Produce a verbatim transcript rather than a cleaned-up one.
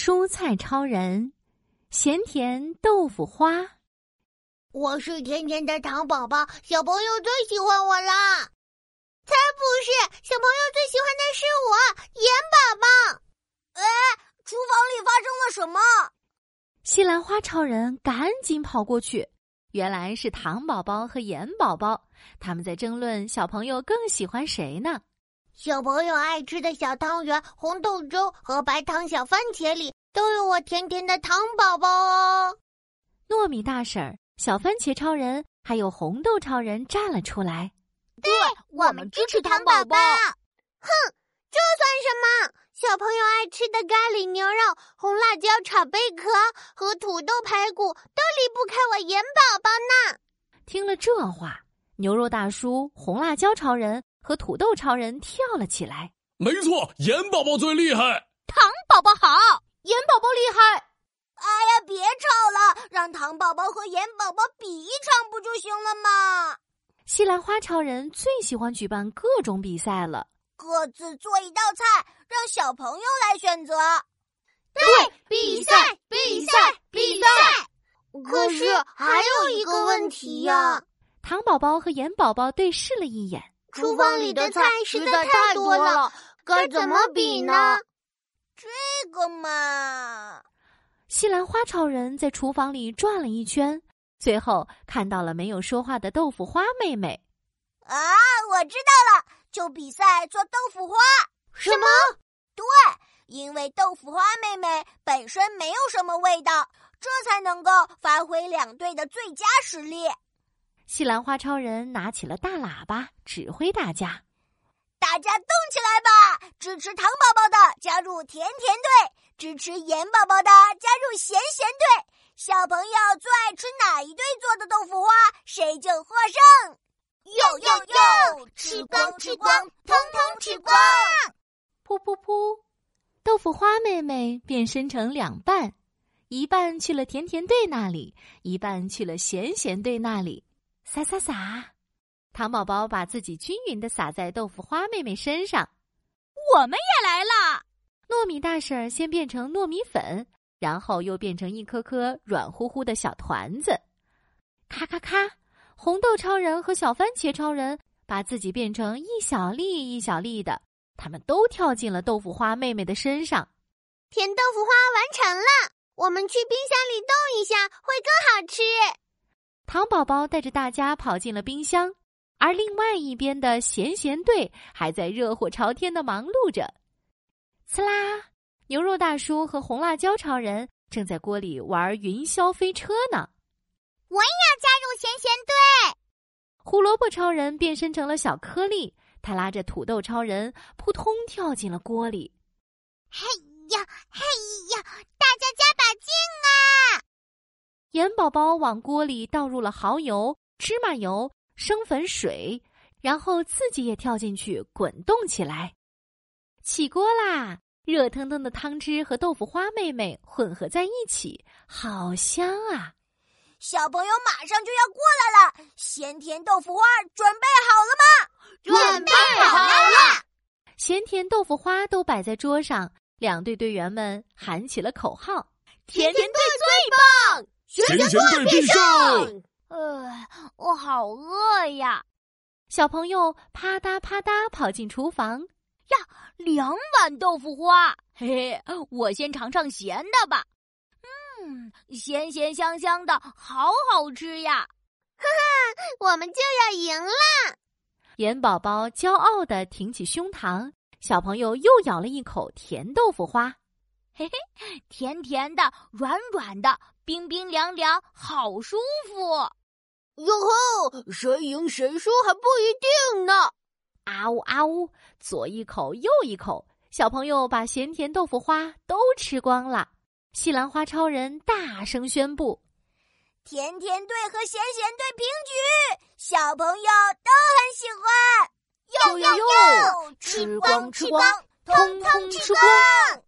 蔬菜超人，咸甜豆腐花。 我是甜甜的糖宝宝，小朋友最喜欢我啦！才不是，小朋友最喜欢的是我，盐宝宝。 哎，厨房里发生了什么？ 西兰花超人赶紧跑过去，原来是糖宝宝和盐宝宝，他们在争论小朋友更喜欢谁呢？ 小朋友爱吃的小汤圆、红豆粥和白糖小番茄里都有我甜甜的糖宝宝哦。 糯米大婶儿、小番茄超人还有红豆超人站了出来。 对，我们支持糖宝宝。 哼，这算什么？小朋友爱吃的咖喱牛肉、红辣椒炒贝壳和土豆排骨都离不开我盐宝宝呢。 听了这话，牛肉大叔、红辣椒超人和土豆超人跳了起来。 没错，盐宝宝最厉害。 糖宝宝好， 盐宝宝厉害。 哎呀，别吵了，让糖宝宝和盐宝宝比一场不就行了吗？ 西兰花超人最喜欢举办各种比赛了， 各自做一道菜，让小朋友来选择。 对，比赛，比赛，比赛。可是还有一个问题呀。 糖宝宝和盐宝宝对视了一眼， 厨房里的菜实在太多了，该怎么比呢？ 这个嘛…… 西兰花超人在厨房里转了一圈，最后看到了没有说话的豆腐花妹妹。 啊，我知道了，就比赛做豆腐花。 什么？ 对，因为豆腐花妹妹本身没有什么味道，这才能够发挥两队的最佳实力。 西兰花超人拿起了大喇叭，指挥大家： 大家动起来吧！支持糖宝宝的加入甜甜队，支持盐宝宝的加入咸咸队。小朋友最爱吃哪一队做的豆腐花，谁就获胜。 哟哟哟！吃光吃光，通通吃光！ 噗噗噗，豆腐花妹妹变身成两半，一半去了甜甜队那里，一半去了咸咸队那里。撒撒撒，糖宝宝把自己均匀地撒在豆腐花妹妹身上。 我们也来了！ 糯米大婶先变成糯米粉，然后又变成一颗颗软乎乎的小团子。咔咔咔，红豆超人和小番茄超人把自己变成一小粒一小粒的，他们都跳进了豆腐花妹妹的身上。 甜豆腐花完成了，我们去冰箱里冻一下，会更好吃。 糖宝宝带着大家跑进了冰箱，而另外一边的咸咸队还在热火朝天地忙碌着。呲啦，牛肉大叔和红辣椒超人正在锅里玩云霄飞车呢。 我也要加入咸咸队。 胡萝卜超人变身成了小颗粒，他拉着土豆超人扑通跳进了锅里。 嘿呀嘿呀，大家加把劲啊！ 盐宝宝往锅里倒入了蚝油、芝麻油、生粉水，然后自己也跳进去滚动起来。起锅啦！热腾腾的汤汁和豆腐花妹妹混合在一起，好香啊！ 小朋友马上就要过来了，咸甜豆腐花准备好了吗？ 准备好了！ 咸甜豆腐花都摆在桌上，两队队员们喊起了口号： 甜甜队最棒！ 咸咸队必胜！ 呃，我好饿呀！ 小朋友啪嗒啪嗒跑进厨房。 呀，两碗豆腐花，嘿嘿，我先尝尝咸的吧。嗯，咸咸香香的，好好吃呀！ 哈哈，我们就要赢了！ 盐宝宝骄傲地挺起胸膛，小朋友又咬了一口甜豆腐花， 嘿嘿，甜甜的，软软的，冰冰凉凉，好舒服。 哟吼，谁赢谁输还不一定呢！ 啊呜啊呜，左一口右一口，小朋友把咸甜豆腐花都吃光了。西兰花超人大声宣布： 甜甜队和咸咸队平局，小朋友都很喜欢。 哟哟哟，吃光吃光，通通吃光！